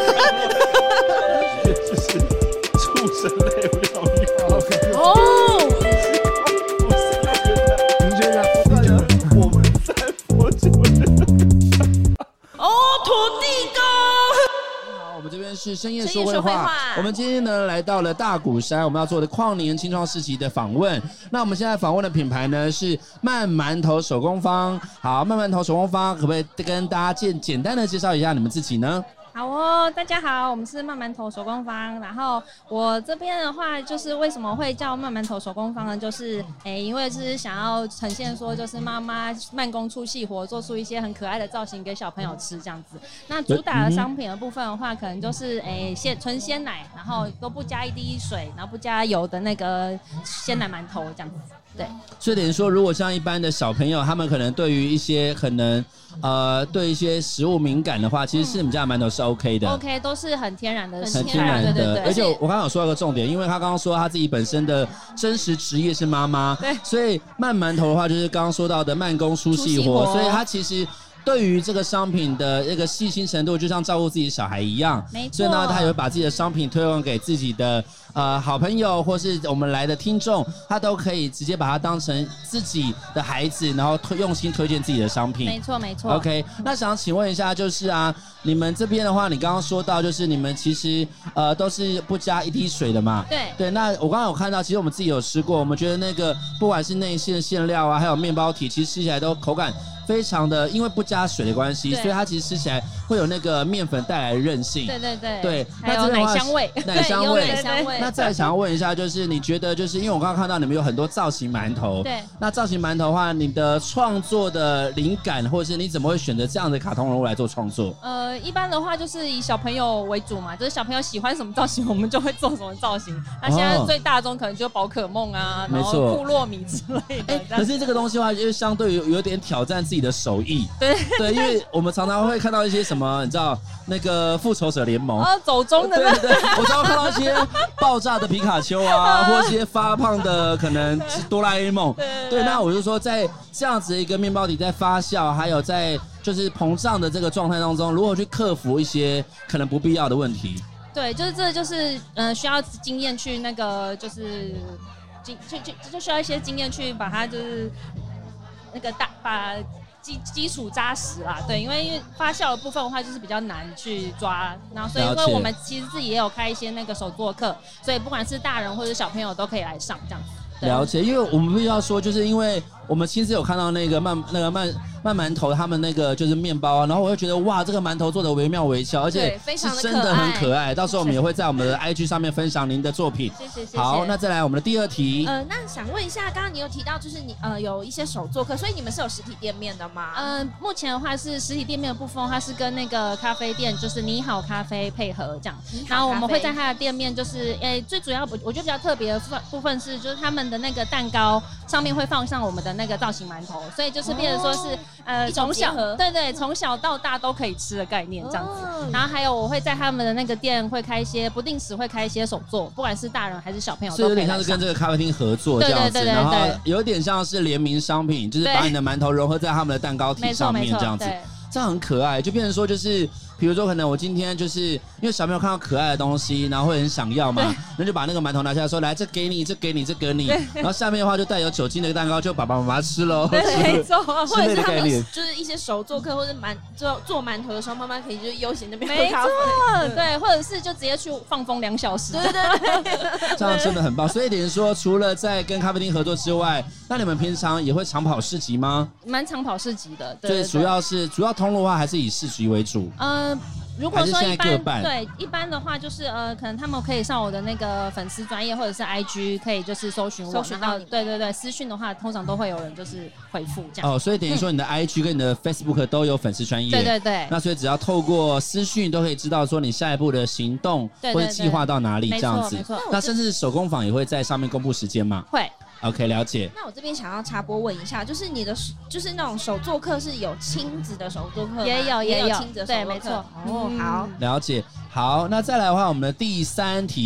就是畜生类料理。 哦， 你觉得我们在佛酒哦，土地公。 好，我们这边是深夜说会话。我们今天呢来到了大鼓山，我们要做的矿年青创市集的访问。那我们现在访问的品牌呢是慢馒头手工坊。好，慢馒头手工坊可不可以跟大家简单的介绍一下你们自己呢？ 好哦，大家好，我们是慢馒头手工坊。然后我这边的话，就是为什么会叫慢馒头手工坊呢？就是因为是想要呈现说，就是妈妈慢工出细活，做出一些很可爱的造型给小朋友吃这样子。那主打的商品的部分的话，可能就是纯鲜奶，然后都不加一滴水，然后不加油的那个鲜奶馒头这样子。对， 所以等于说，如果像一般的小朋友，他们可能对于一些可能对一些食物敏感的话，其实是你们家的馒头是 OK 的。 OK， 都是很天然的， 很天然的。 对对对。 而且我刚刚有说到一个重点，因为他刚刚说他自己本身的真实职业是妈妈， 对， 所以慢馒头的话就是刚刚说到的慢工出细活，所以他其实对于这个商品的这个细心程度，就像照顾自己的小孩一样。 没错。 所以呢，他也会把自己的商品推广给自己的好朋友，或是我们来的听众，他都可以直接把它当成自己的孩子，然后用心推荐自己的商品。 没错没错。 OK， 那想请问一下，就是你们这边的话，你刚刚说到，就是你们其实都是不加一滴水的嘛？ 对。 对，那我刚刚有看到，其实我们自己有吃过，我们觉得那个不管是内馅的馅料还有面包体，其实吃起来都口感非常的，因为不加水的关系，所以它其实吃起来会有那个面粉带来的韧性。 对对对。 对， 还有奶香味。 奶香味。 奶香味。 那再想要问一下，就是你觉得，就是因为我刚刚看到你们有很多造型馒头， 对。 那造型馒头的话，你的创作的灵感，或者是你怎么会选择这样的卡通人物来做创作？ 一般的话就是以小朋友为主嘛，就是小朋友喜欢什么造型，我们就会做什么造型。那现在最大宗可能就宝可梦啊，然后库洛米之类的。 可是这个东西的话，就是相对有点挑战自己的手艺。 对对，因为我们常常会看到一些什么，你知道那个复仇者联盟走中的。 对对对，我常常看到一些爆炸的皮卡丘或一些发胖的可能哆啦 A 梦。对，那我就说在这样子一个面包体在发酵，还有在就是膨胀的这个状态当中，如何去克服一些可能不必要的问题？ 对，就是这就是需要经验去那个就是就需要一些经验去把它就是那个把基础扎实啦。对，因为发酵的部分的话就是比较难去抓，然后所以因为我们其实自己也有开一些那个手作课，所以不管是大人或者小朋友都可以来上这样子。 了解，因为我们必须要说，就是因为我们亲自有看到那个慢馒头他们那个就是面包然后我就觉得哇，这个馒头做的惟妙惟肖，而且是真的很可爱。到时候我们也会在我们的 IG 上面分享您的作品。 谢谢。 好，那再来我们的第二题。 那想问一下，刚刚你有提到就是你有一些手作课，所以你们是有实体店面的吗？ 目前的话是实体店面的部分，它是跟那个咖啡店就是你好咖啡配合这样，然后我们会在它的店面就是最主要我觉得比较特别的部分是就是他们的那个蛋糕上面会放上我们的那个造型馒头，所以就是变成说是从小对从小到大都可以吃的概念这样子。然后还有我会在他们的那个店会开一些不定时会开一些手作，不管是大人还是小朋友都可以来上。所以有点像是跟这个咖啡厅合作这样子，然后有点像是联名商品，就是把你的馒头融合在他们的蛋糕体上面这样子，这样很可爱，就变成说就是比如说可能我今天就是因为小朋友看到可爱的东西，然后会很想要嘛，那就把那个馒头拿下来说来，这给你，这给你，这给你，然后下面的话就带有酒精的蛋糕，就爸爸妈妈吃喽。 没错，或者是他们就是一些手作课或者做馒头的时候，妈妈可以就是悠闲那边喝咖啡。 没错，对，或者是就直接去放风2小时。 对， 这样真的很棒。所以等于说，除了在跟咖啡厅合作之外，那你们平常也会常跑市集吗？ 蛮常跑市集的， 对。所以主要通路的话，还是以市集为主。 如果说一般的话，就是可能他们可以上我的那个粉丝专页或者是 IG， 可以就是搜寻我，然后对私讯的话，通常都会有人就是回复这样。 所以等于说你的 IG 跟你的 Facebook 都有粉丝专页， 对。 那所以只要透过私讯都可以知道说你下一步的行动或者计划到哪里这样子。 没错。 那甚至手工坊也会在上面公布时间吗？ 会。 OK， 了解。 那我这边想要插播问一下，就是你的就是那种手作课是有亲子的手作课吗？ 也有亲子的手作课。 对，没错。 好， 了解。好，那再来的话，我们的第3题，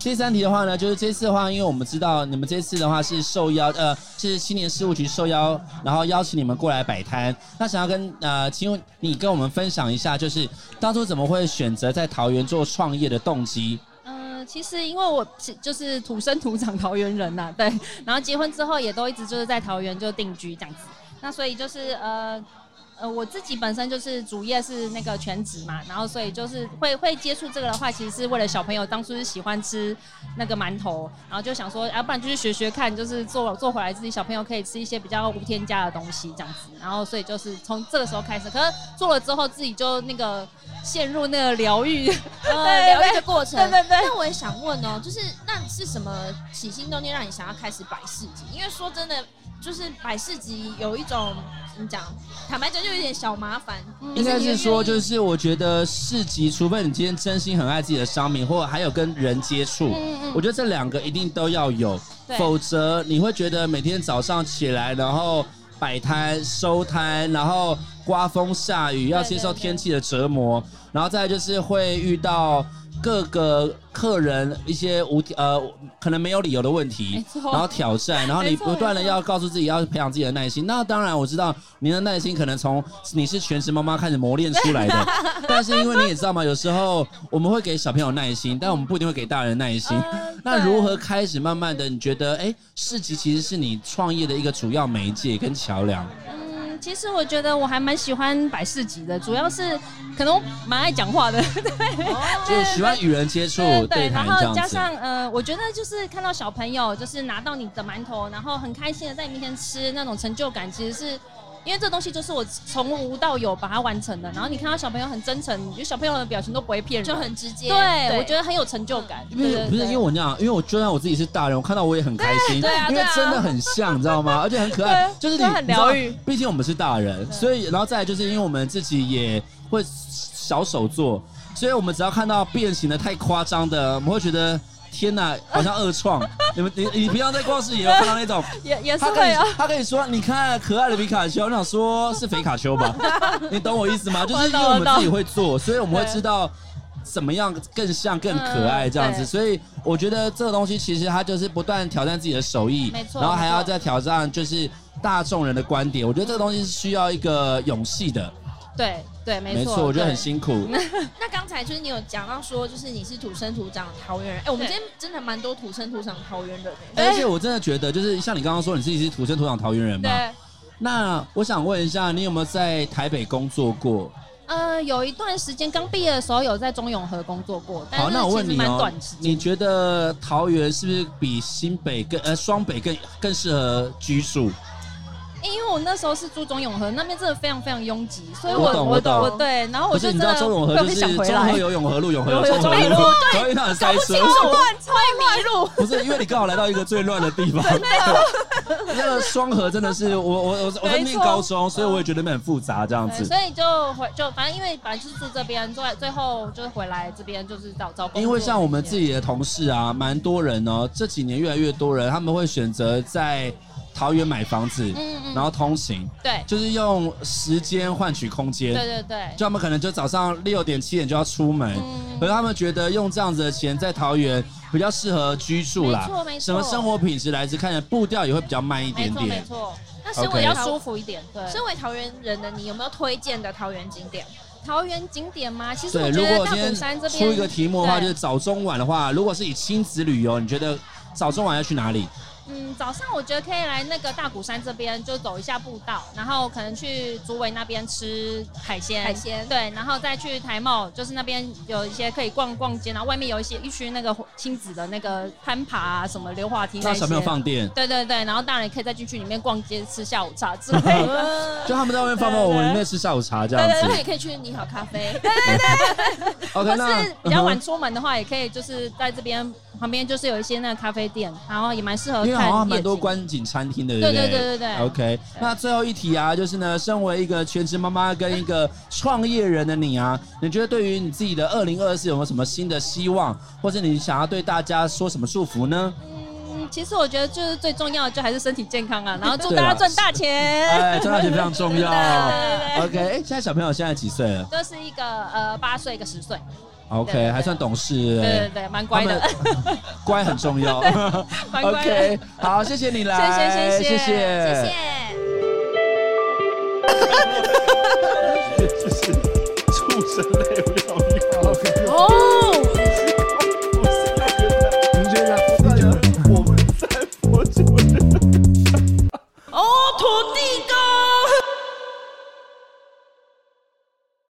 第3题的话呢，就是这次的话，因为我们知道你们这次的话是受邀，是青年事务局受邀，然后邀请你们过来摆摊。那想要请问你跟我们分享一下，就是当初怎么会选择在桃园做创业的动机？ 其实因为我就是土生土长桃园人呐，对，然后结婚之后也都一直就是在桃园就定居这样子，那所以就是我自己本身就是主业是那个全职嘛，然后所以就是会接触这个的话，其实是为了小朋友当初是喜欢吃那个馒头，然后就想说，不然就去学看，就是做回来自己小朋友可以吃一些比较无添加的东西这样子，然后所以就是从这个时候开始，可是做了之后自己就那个陷入那个疗愈的过程。 对。 那我也想问哦，就是那是什么起心动念让你想要开始摆市集？因为说真的，就是摆市集有一种怎么讲，坦白讲就有点小麻烦。 应该是说，就是我觉得市集，除非你今天真心很爱自己的商品，或者还有跟人接触，我觉得这2个一定都要有，否则你会觉得每天早上起来，然后摆摊、收摊，然后刮风下雨，要接受天气的折磨，然后再来就是会遇到各个客人一些可能没有理由的问题，然后挑战，然后你不断的要告诉自己要培养自己的耐心。那当然我知道您的耐心可能从你是全职妈妈开始磨练出来的，但是因为你也知道嘛，有时候我们会给小朋友耐心，但我们不一定会给大人耐心。那如何开始慢慢的，你觉得市集其实是你创业的一个主要媒介跟桥梁？ 其实我觉得我还蛮喜欢摆市集的，主要是可能我蛮爱讲话的，对， 就是喜欢与人接触，对谈这样子。然后加上我觉得就是看到小朋友就是拿到你的馒头，然后很开心的在你面前吃，那种成就感，其实是。因为这东西就是我从无到有把它完成的，然后你看到小朋友很真诚，你觉得小朋友的表情都不会骗人， 就很直接。 对，我觉得很有成就感。 不是因为我那样，因为我就算我自己是大人，我看到我也很开心，因为真的很像，你知道吗？而且很可爱，就是你很疗愈。 毕竟我们是大人，所以然后再来就是因为我们自己也会小手做，所以我们只要看到变形的太夸张的，我们会觉得。天哪，好像恶创！你平常在逛市也有看到那种， 也是会啊。 他可以说，你看可爱的皮卡丘，我想说是肥卡丘吧？你懂我意思吗？就是因为我们自己会做，所以我们会知道怎么样更像、更可爱这样子。所以我觉得这个东西其实它就是不断挑战自己的手艺，然后还要再挑战就是大众人的观点。我觉得这个东西是需要一个勇气的。 对，没错， 我觉得很辛苦。 那刚才就是你有讲到说，就是你是土生土长的桃园人，我们今天真的蛮多土生土长的桃园人而且我真的觉得，就是像你刚刚说，你自己是土生土长桃园人嘛？ 对。 那我想问一下，你有没有在台北工作过？ 有一段时间刚毕业的时候有在中永和工作过，但是好，那我问你哦， 你觉得桃园是不是比新北双北更适合居住？ 因为我那时候是住中永和，那边真的非常非常拥挤，所以我懂对，然后我就真的中永和就是中和有永和路，永和有中和路，所以它很塞车， 会迷路。 不是因为你刚好来到一个最乱的地方，那个双和真的是我在念高中，所以我也觉得很复杂这样子， 所以就反正因为本来就是住这边，最后就是回来这边就是找工作。 因为像我们自己的同事啊，蛮多人哦，这几年越来越多人他们会选择在桃园买房子，然后通勤， 对， 就是用时间换取空间， 对， 就他们可能就早上6点7点就要出门，可是他们觉得用这样子的钱在桃园比较适合居住啦， 没错， 什么生活品质来自，看起来步调也会比较慢一点点， 没错。那身为要舒服一点，对。 身为桃园人的你，有没有推荐的桃园景点？ 桃园景点吗？其实我觉得大鼓山这边出一个题目的话，就是早中晚的话，如果是以亲子旅游，你觉得早中晚要去哪里？ 早上我觉得可以来那个大鼓山这边，就走一下步道，然后可能去竹围那边吃海鲜，对，然后再去台茂，就是那边有一些可以逛街，然后外面有一区那个亲子的那个攀爬啊，什么溜滑梯那些， 让小朋友放电， 对，然后当然也可以再进去里面逛街吃下午茶之类的， 就他们在外面放我们里面吃下午茶这样子， 对，也可以去你好咖啡， 对。OK， 或是比较晚出门的话，也可以就是在这边旁边就是有一些那个咖啡店，然后也蛮适合看。 好像蛮多观景餐厅的，对不对？对。 OK， 那最后一题啊，就是呢，身为一个全职妈妈跟一个创业人的你啊，你觉得对于你自己的2024有没有什么新的希望，或是你想要对大家说什么祝福呢？ 其实我觉得就是最重要的就还是身体健康啊，然后祝大家赚大钱。 哎，赚大钱非常重要。OK， 哎，现在小朋友现在几岁了？ 就是一个8岁，一个10岁。 OK， 还算懂事。 对，蛮乖的。 乖很重要。 蛮乖的。 OK， 好，谢谢你来，谢谢。就是畜生类不要用。